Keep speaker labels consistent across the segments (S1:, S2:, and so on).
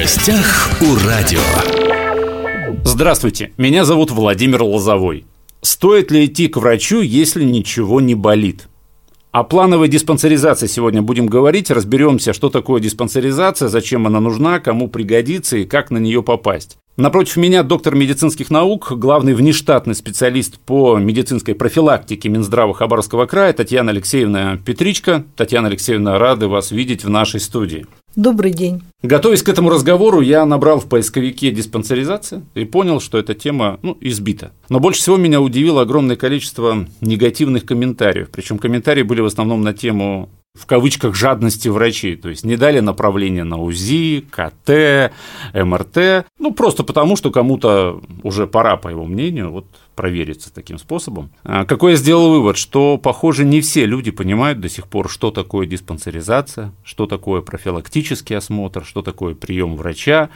S1: гостях у радио.
S2: Здравствуйте, меня зовут Владимир Лозовой. Стоит ли идти к врачу, если ничего не болит? О плановой диспансеризации сегодня будем говорить, разберемся, что такое диспансеризация, зачем она нужна, кому пригодится и как на нее попасть. Напротив меня доктор медицинских наук, главный внештатный специалист по медицинской профилактике Минздрава Хабаровского края Татьяна Алексеевна Петричко. Татьяна Алексеевна, рады вас видеть в нашей студии.
S3: Добрый день.
S2: Готовясь к этому разговору, я набрал в поисковике диспансеризация и понял, что эта тема избита. Но больше всего меня удивило огромное количество негативных комментариев. Причем комментарии были в основном на тему, в кавычках, жадности врачей. То есть не дали направление на УЗИ, КТ, МРТ. Просто потому, что кому-то уже пора, по его мнению, провериться таким способом. Какой я сделал вывод, что, похоже, не все люди понимают до сих пор, что такое диспансеризация, что такое профилактический осмотр, что такое прием врача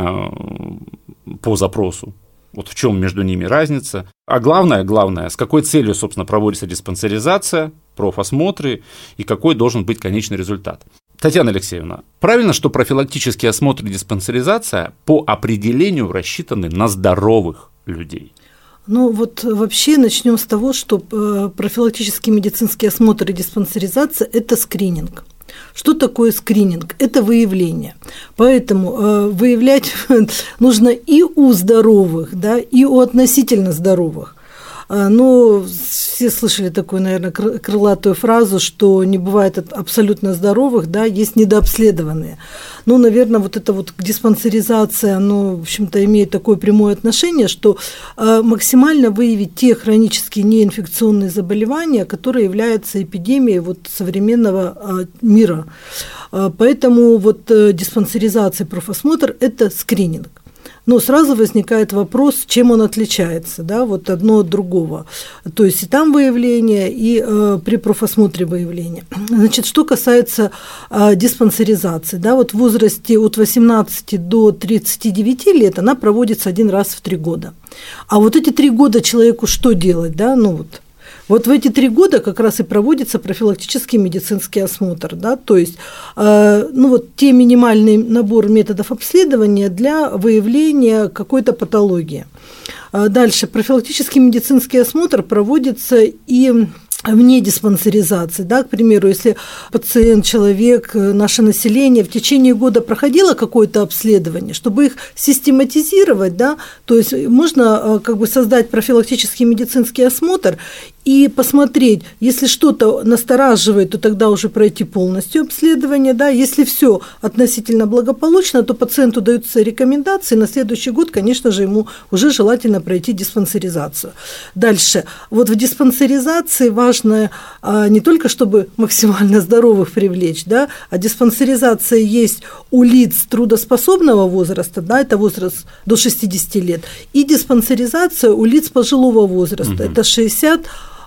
S2: по запросу. В чем между ними разница. А главное, с какой целью, собственно, проводится диспансеризация, профосмотры и какой должен быть конечный результат. Татьяна Алексеевна, правильно, что профилактический осмотр и диспансеризация по определению рассчитаны на здоровых людей?
S3: Вообще начнем с того, что профилактический медицинский осмотр и диспансеризация – это скрининг. Что такое скрининг? Это выявление. Поэтому выявлять нужно и у здоровых, и у относительно здоровых. Все слышали такую, наверное, крылатую фразу, что не бывает абсолютно здоровых, есть недообследованные. Наверное, диспансеризация, в общем-то, имеет такое прямое отношение, что максимально выявить те хронические неинфекционные заболевания, которые являются эпидемией современного мира. Поэтому диспансеризация, профосмотр – это скрининг. Но сразу возникает вопрос, чем он отличается, одно от другого. То есть и там выявление, и при профосмотре выявление. Что касается диспансеризации, в возрасте от 18 до 39 лет она проводится один раз в 3 года. А эти 3 года человеку что делать, в эти 3 года как раз и проводится профилактический медицинский осмотр, то есть те минимальный набор методов обследования для выявления какой-то патологии. Дальше профилактический медицинский осмотр проводится и вне диспансеризации, к примеру, если пациент, человек, наше население в течение года проходило какое-то обследование, чтобы их систематизировать, то есть можно создать профилактический медицинский осмотр и посмотреть, если что-то настораживает, то тогда уже пройти полностью обследование, если все относительно благополучно, то пациенту даются рекомендации, на следующий год, конечно же, ему уже желательно пройти диспансеризацию. Дальше, в диспансеризации важно не только, чтобы максимально здоровых привлечь, а диспансеризация есть у лиц трудоспособного возраста, это возраст до 60 лет, и диспансеризация у лиц пожилого возраста, это 60+.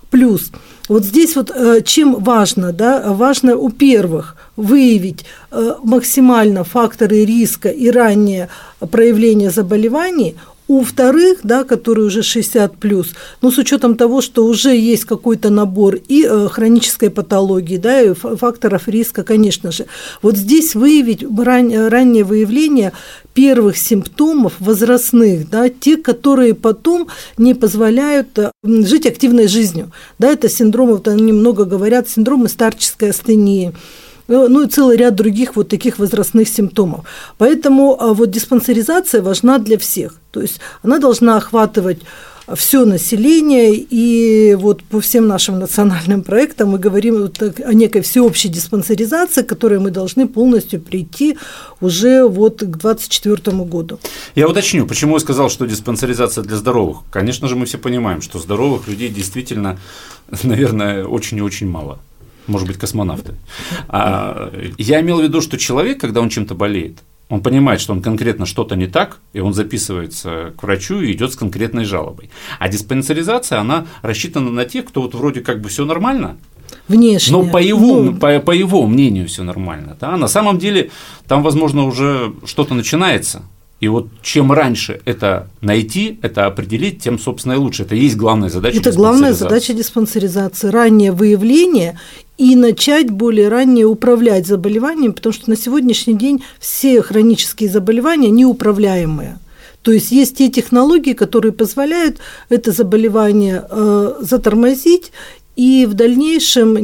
S3: Здесь чем важно, важно у первых выявить максимально факторы риска и раннее проявление заболеваний, у вторых, которые уже 60+, с учетом того, что уже есть какой-то набор и хронической патологии, и факторов риска, конечно же. Здесь выявить раннее выявление первых симптомов возрастных, те, которые потом не позволяют жить активной жизнью. Это синдромы, они много говорят, синдромы старческой астении, и целый ряд других таких возрастных симптомов. Поэтому диспансеризация важна для всех. То есть она должна охватывать все население, и по всем нашим национальным проектам мы говорим о некой всеобщей диспансеризации, к которой мы должны полностью прийти уже к 2024 году.
S2: Я уточню, почему я сказал, что диспансеризация для здоровых. Конечно же, мы все понимаем, что здоровых людей действительно, наверное, очень и очень мало. Может быть, космонавты. Я имел в виду, что человек, когда он чем-то болеет, он понимает, что он конкретно что-то не так, и он записывается к врачу и идет с конкретной жалобой. А диспансеризация, она рассчитана на тех, кто вроде бы все нормально,
S3: внешне,
S2: но по его мнению все нормально. На самом деле там, возможно, уже что-то начинается. И вот чем раньше это найти, это определить, тем, собственно, и лучше. Это и есть главная задача
S3: диспансеризации. Это главная задача диспансеризации. Раннее выявление и начать более ранее управлять заболеванием, потому что на сегодняшний день все хронические заболевания неуправляемые. То есть есть те технологии, которые позволяют это заболевание затормозить и в дальнейшем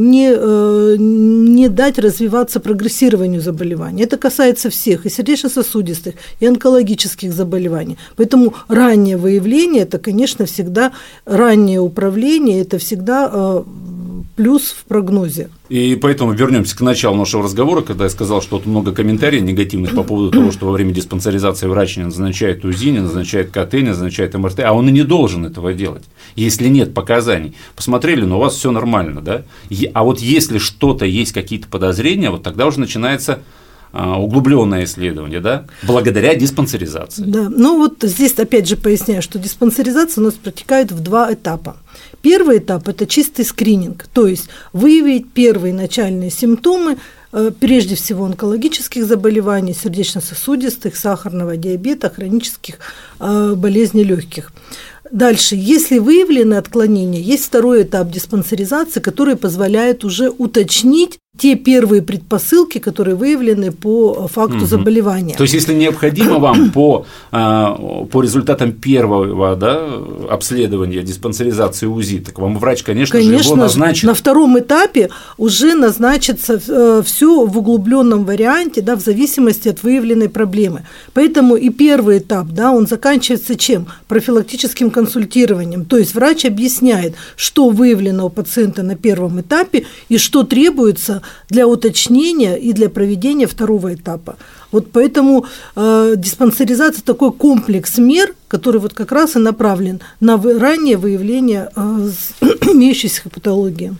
S3: не дать развиваться прогрессированию заболевания. Это касается всех, и сердечно-сосудистых, и онкологических заболеваний. Поэтому раннее выявление – это, конечно, всегда раннее управление, это всегда плюс в прогнозе.
S2: И поэтому вернемся к началу нашего разговора, когда я сказал, что тут много комментариев негативных по поводу того, что во время диспансеризации врач не назначает УЗИ, не назначает КТ, не назначает МРТ, а он и не должен этого делать, если нет показаний. Посмотрели, но у вас все нормально, да? А вот если что-то есть, какие-то подозрения, вот тогда уже начинается углубленное исследование, да, благодаря диспансеризации.
S3: Да, ну вот здесь опять же поясняю, что диспансеризация у нас протекает в 2 этапа. Первый этап – это чистый скрининг, то есть выявить первые начальные симптомы, прежде всего онкологических заболеваний, сердечно-сосудистых, сахарного диабета, хронических болезней легких. Дальше, если выявлены отклонения, есть второй этап диспансеризации, который позволяет уже уточнить те первые предпосылки, которые выявлены по факту заболевания.
S2: То есть, если необходимо вам по результатам первого, да, обследования, диспансеризации УЗИ, так вам врач, конечно же, его назначит.
S3: На втором этапе уже назначится все в углубленном варианте, да, в зависимости от выявленной проблемы. Поэтому и первый этап, да, он заканчивается чем? Профилактическим консультированием. То есть врач объясняет, что выявлено у пациента на первом этапе и что требуется для уточнения и для проведения второго этапа. Вот поэтому диспансеризация – такой комплекс мер, который вот как раз и направлен на раннее выявление имеющейся патологии.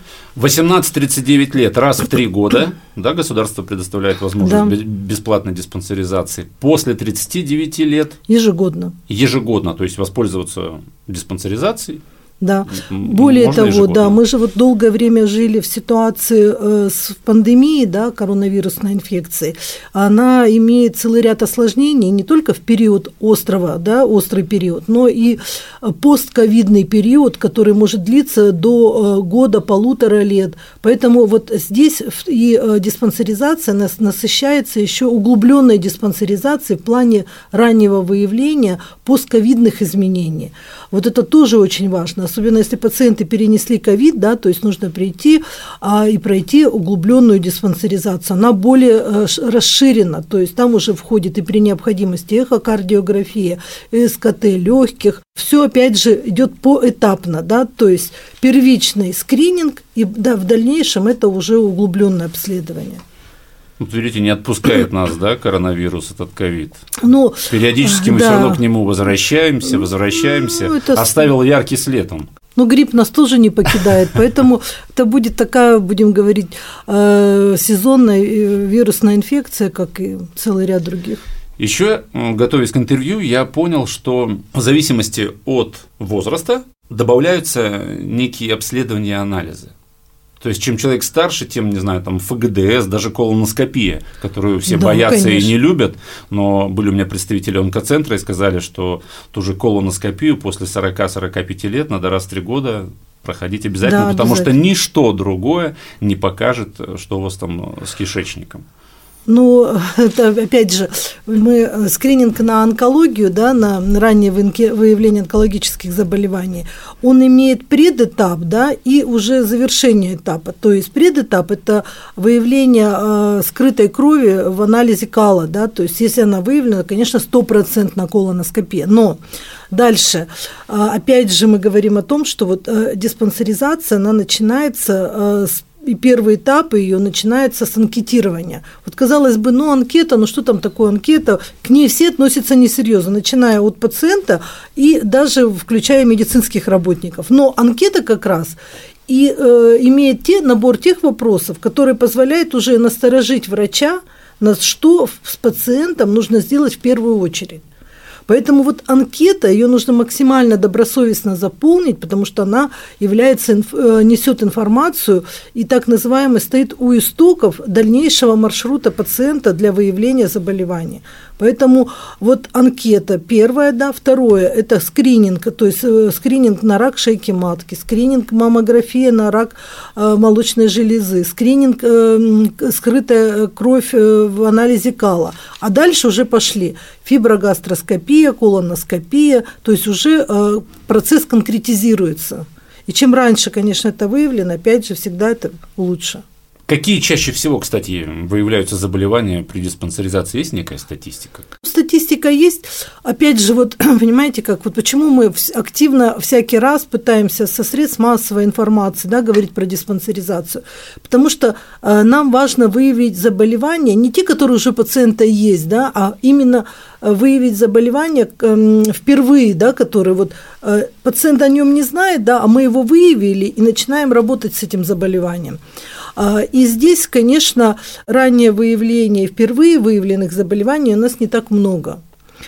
S2: 18-39 лет, раз в 3 года, да, государство предоставляет возможность бесплатной диспансеризации. После 39 лет ежегодно, то есть воспользоваться диспансеризацией.
S3: Да, более того, да, мы же вот долгое время жили в ситуации с пандемией, да, коронавирусной инфекции. Она имеет целый ряд осложнений не только в период острый период, но и постковидный период, который может длиться до года, 1,5 лет. Поэтому вот здесь и диспансеризация насыщается еще углубленной диспансеризацией в плане раннего выявления постковидных изменений. Вот это тоже очень важно, особенно если пациенты перенесли ковид, да, то есть нужно прийти и пройти углубленную диспансеризацию. Она более расширена, то есть там уже входит и при необходимости эхокардиография, СКТ легких. Все опять же идет поэтапно, да, то есть первичный скрининг и да, в дальнейшем это уже углубленное обследование.
S2: Вот видите, не отпускает нас, да, коронавирус, этот ковид. Периодически мы все равно к нему возвращаемся, оставил яркий след он.
S3: Но грипп нас тоже не покидает, поэтому это будет такая, будем говорить, сезонная вирусная инфекция, как и целый ряд других.
S2: Еще, готовясь к интервью, я понял, что в зависимости от возраста добавляются некие обследования и анализы. То есть, чем человек старше, тем, не знаю, там ФГДС, даже колоноскопия, которую все боятся, конечно, и не любят, но были у меня представители онкоцентра и сказали, что ту же колоноскопию после 40-45 лет надо раз в 3 года проходить обязательно, да, потому что ничто другое не покажет, что у вас там с кишечником.
S3: Ну, это, опять же, мы скрининг на онкологию, да, на раннее выявление онкологических заболеваний, он имеет предэтап, да, и уже завершение этапа. То есть предэтап – это выявление скрытой крови в анализе кала, да, то есть если она выявлена, конечно, 100% колоноскопия. Но дальше, опять же, мы говорим о том, что вот диспансеризация, она начинается и первый этап ее начинается с анкетирования. Вот казалось бы, анкета, что там такое анкета, к ней все относятся несерьезно, начиная от пациента и даже включая медицинских работников. Но анкета как раз и имеет набор тех вопросов, которые позволяют уже насторожить врача, на что с пациентом нужно сделать в первую очередь. Поэтому вот анкета, ее нужно максимально добросовестно заполнить, потому что она несет информацию и так называемый стоит у истоков дальнейшего маршрута пациента для выявления заболевания. Поэтому вот анкета первая, да, второе – это скрининг, то есть скрининг на рак шейки матки, скрининг маммография на рак молочной железы, скрининг скрытая кровь в анализе кала. А дальше уже пошли фиброгастроскопия, колоноскопия, то есть уже процесс конкретизируется. И чем раньше, конечно, это выявлено, опять же, всегда это лучше.
S2: Какие чаще всего, кстати, выявляются заболевания при диспансеризации? Есть некая статистика?
S3: Статистика есть. Опять же, вот понимаете, как вот почему мы активно всякий раз пытаемся со средств массовой информации, да, говорить про диспансеризацию, потому что нам важно выявить заболевания, не те, которые уже у пациента есть, да, а именно выявить заболевания впервые, да, которые вот пациент о нем не знает, да, а мы его выявили и начинаем работать с этим заболеванием. И здесь, конечно, раннее выявление и впервые выявленных заболеваний у нас не так много.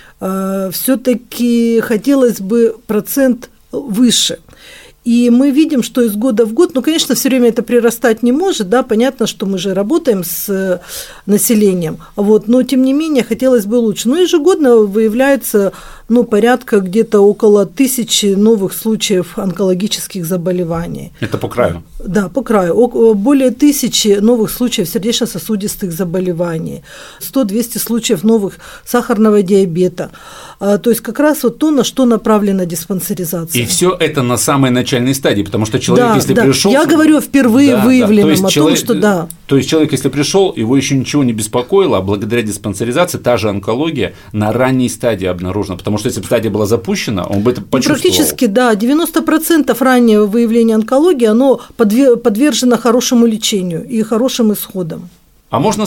S3: Все-таки хотелось бы процент выше. И мы видим, что из года в год, ну, конечно, все время это прирастать не может, да, понятно, что мы же работаем с населением, вот, но тем не менее хотелось бы лучше. Но ежегодно выявляется, ну, порядка где-то около 1000 новых случаев онкологических заболеваний.
S2: Это по краю?
S3: Да, по краю. Более 1000 новых случаев сердечно-сосудистых заболеваний, 100-200 случаев новых сахарного диабета. То есть как раз вот то, на что направлена диспансеризация.
S2: И все это на самой начальной стадии, потому что человек,
S3: да,
S2: если
S3: да.
S2: пришел,
S3: я говорю о впервые выявленном, о том, что да.
S2: То есть человек, если пришел, его еще ничего не беспокоило, а благодаря диспансеризации та же онкология на ранней стадии обнаружена, потому что если бы стадия была запущена, он бы это почувствовал.
S3: Практически, да, 90% раннего выявления онкологии, оно подвержено хорошему лечению и хорошим исходам.
S2: А можно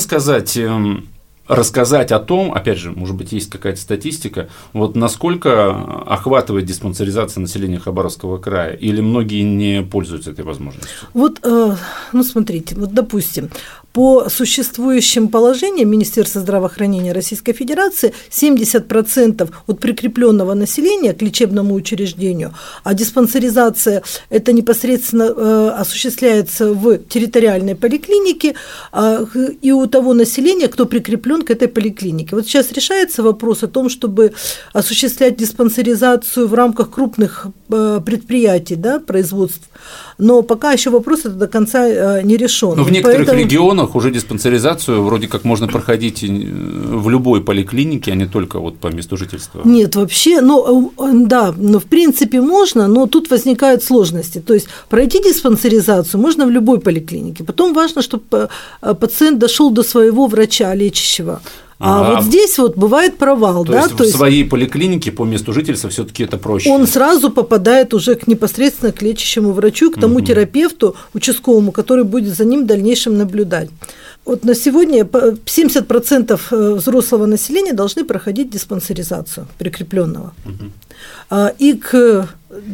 S2: рассказать о том, опять же, может быть, есть какая-то статистика, вот насколько охватывает диспансеризация населения Хабаровского края, или многие не пользуются этой возможностью? Вот,
S3: ну, смотрите, вот, допустим, по существующим положениям Министерства здравоохранения Российской Федерации 70% от прикрепленного населения к лечебному учреждению, а диспансеризация это непосредственно осуществляется в территориальной поликлинике и у того населения, кто прикреплен к этой поликлинике. Вот сейчас решается вопрос о том, чтобы осуществлять диспансеризацию в рамках крупных предприятий, да, производств, но пока еще вопрос это до конца не решен.
S2: Но в некоторых регионах уже диспансеризацию вроде как можно проходить в любой поликлинике, а не только вот по месту жительства.
S3: Нет, вообще, да, в принципе можно, но тут возникают сложности. То есть пройти диспансеризацию можно в любой поликлинике. Потом важно, чтобы пациент дошел до своего врача лечащего. А вот здесь вот бывает провал.
S2: То есть в своей поликлинике по месту жительства все-таки это проще.
S3: Он сразу попадает уже непосредственно к лечащему врачу, к тому терапевту участковому, который будет за ним в дальнейшем наблюдать. Вот на сегодня 70% взрослого населения должны проходить диспансеризацию прикрепленного. И к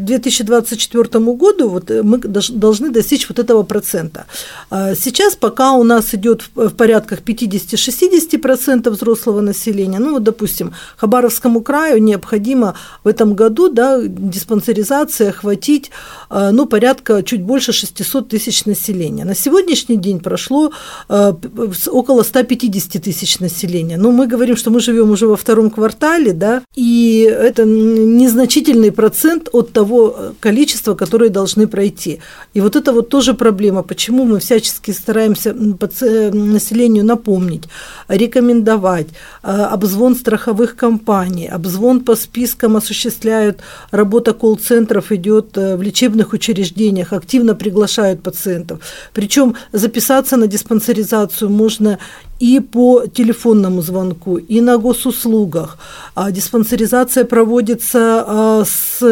S3: 2024 году вот мы должны достичь вот этого процента. Сейчас пока у нас идет в порядках 50-60% взрослого населения, ну вот, допустим, Хабаровскому краю необходимо в этом году, да, диспансеризация охватить, ну, порядка чуть больше 600 тысяч населения. На сегодняшний день прошло около 150 тысяч населения. Но мы говорим, что мы живем уже во втором квартале, да, и это незначительный процент от того количества, которое должны пройти. И вот это вот тоже проблема, почему мы всячески стараемся населению напомнить, рекомендовать, обзвон страховых компаний, обзвон по спискам осуществляют, работа колл-центров идет в лечебных учреждениях, активно приглашают пациентов. Причем записаться на диспансеризацию можно и по телефонному звонку, и на госуслугах. Диспансеризация проводится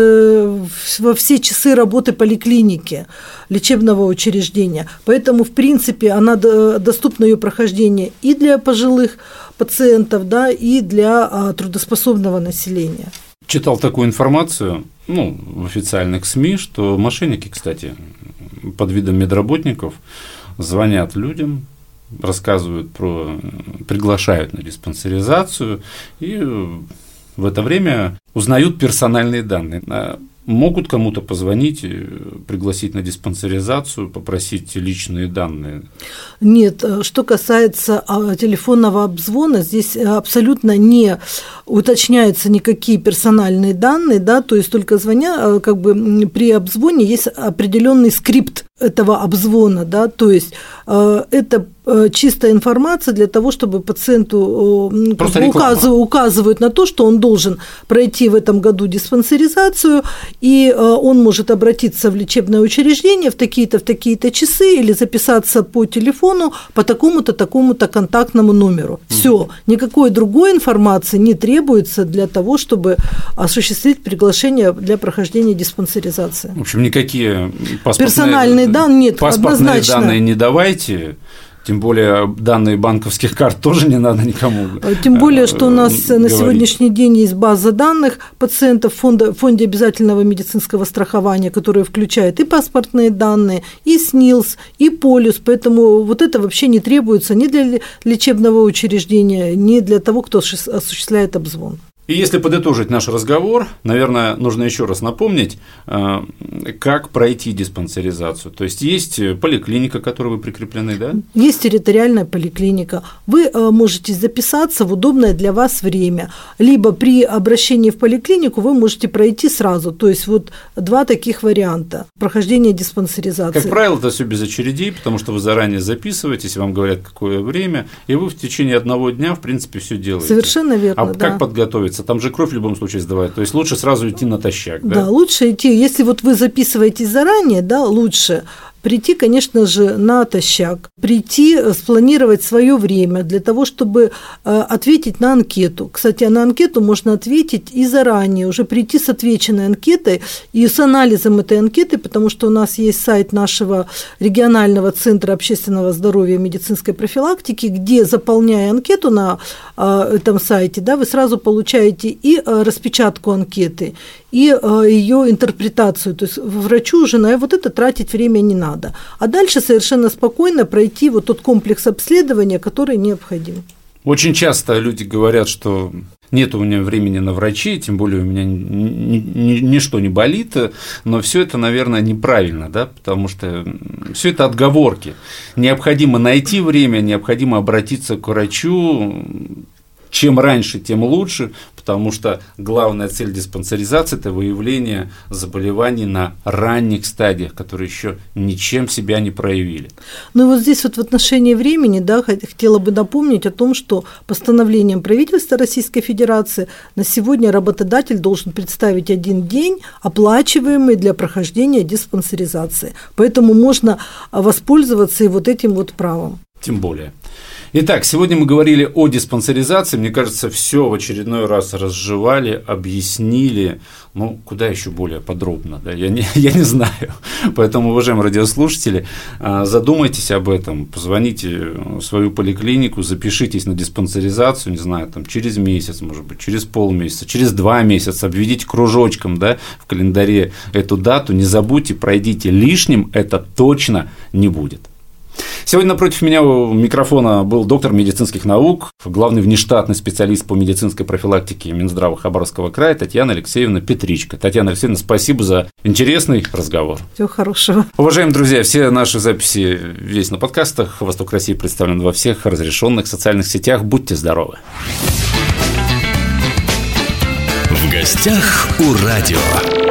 S3: во все часы работы поликлиники, лечебного учреждения. Поэтому, в принципе, она доступна ее прохождение и для пожилых пациентов, да, и для трудоспособного населения.
S2: Читал такую информацию, в официальных СМИ, что мошенники, кстати, под видом медработников звонят людям, рассказывают приглашают на диспансеризацию и в это время узнают персональные данные. Могут кому-то позвонить, пригласить на диспансеризацию, попросить личные данные?
S3: Нет, что касается телефонного обзвона, здесь абсолютно не уточняются никакие персональные данные, да, то есть только звоня, как бы при обзвоне есть определенный скрипт этого обзвона, да, то есть это чистая информация для того, чтобы пациенту указывают на то, что он должен пройти в этом году диспансеризацию, и он может обратиться в лечебное учреждение в такие-то часы или записаться по телефону по такому-то контактному номеру. Все, никакой другой информации не требуется для того, чтобы осуществить приглашение для прохождения диспансеризации.
S2: В общем, никакие
S3: персональные данные нет,
S2: паспортные
S3: однозначно.
S2: Данные не давайте. Тем более данные банковских карт тоже не надо никому.
S3: Тем более, что у нас на сегодняшний день есть база данных пациентов в фонде обязательного медицинского страхования, которая включает и паспортные данные, и СНИЛС, и полис, поэтому вот это вообще не требуется ни для лечебного учреждения, ни для того, кто осуществляет обзвон.
S2: И если подытожить наш разговор, наверное, нужно еще раз напомнить, как пройти диспансеризацию. То есть есть поликлиника, к которой вы прикреплены, да?
S3: Есть территориальная поликлиника. Вы можете записаться в удобное для вас время, либо при обращении в поликлинику вы можете пройти сразу. То есть вот два таких варианта прохождения диспансеризации.
S2: Как правило, это все без очередей, потому что вы заранее записываетесь, вам говорят, какое время, и вы в течение одного дня, в принципе, все делаете.
S3: Совершенно верно.
S2: А как подготовиться? Там же кровь в любом случае сдавать, то есть лучше сразу идти натощак, да?
S3: Да, лучше идти, если вот вы записываетесь заранее, да, лучше прийти, конечно же, натощак, прийти, спланировать свое время для того, чтобы ответить на анкету. Кстати, на анкету можно ответить и заранее, уже прийти с отвеченной анкетой и с анализом этой анкеты, потому что у нас есть сайт нашего регионального центра общественного здоровья и медицинской профилактики, где, заполняя анкету на этом сайте, да, вы сразу получаете и распечатку анкеты, и ее интерпретацию. То есть врачу уже на вот это тратить время не надо. А дальше совершенно спокойно пройти вот тот комплекс обследования, который необходим.
S2: Очень часто люди говорят, что нет у меня времени на врачей, тем более у меня ничто не болит, но все это, наверное, неправильно, да, потому что все это отговорки. Необходимо найти время, необходимо обратиться к врачу. Чем раньше, тем лучше, потому что главная цель диспансеризации – это выявление заболеваний на ранних стадиях, которые еще ничем себя не проявили.
S3: Ну и вот здесь вот в отношении времени, да, хотела бы напомнить о том, что постановлением правительства Российской Федерации на сегодня работодатель должен представить один день, оплачиваемый для прохождения диспансеризации. Поэтому можно воспользоваться и вот этим вот правом.
S2: Тем более. Итак, сегодня мы говорили о диспансеризации. Мне кажется, все в очередной раз разжевали, объяснили. Ну, куда еще более подробно, да? Я не знаю. Поэтому, уважаемые радиослушатели, задумайтесь об этом, позвоните в свою поликлинику, запишитесь на диспансеризацию, не знаю, там, через месяц, может быть, через полмесяца, через 2 месяца, обведите кружочком, да, в календаре эту дату, не забудьте, пройдите, лишним это точно не будет. Сегодня напротив меня у микрофона был доктор медицинских наук, главный внештатный специалист по медицинской профилактике Минздрава Хабаровского края Татьяна Алексеевна Петричко. Татьяна Алексеевна, спасибо за интересный разговор.
S3: Всего хорошего.
S2: Уважаемые друзья, все наши записи есть на подкастах. «Восток России» представлен во всех разрешенных социальных сетях. Будьте здоровы.
S1: В гостях у радио.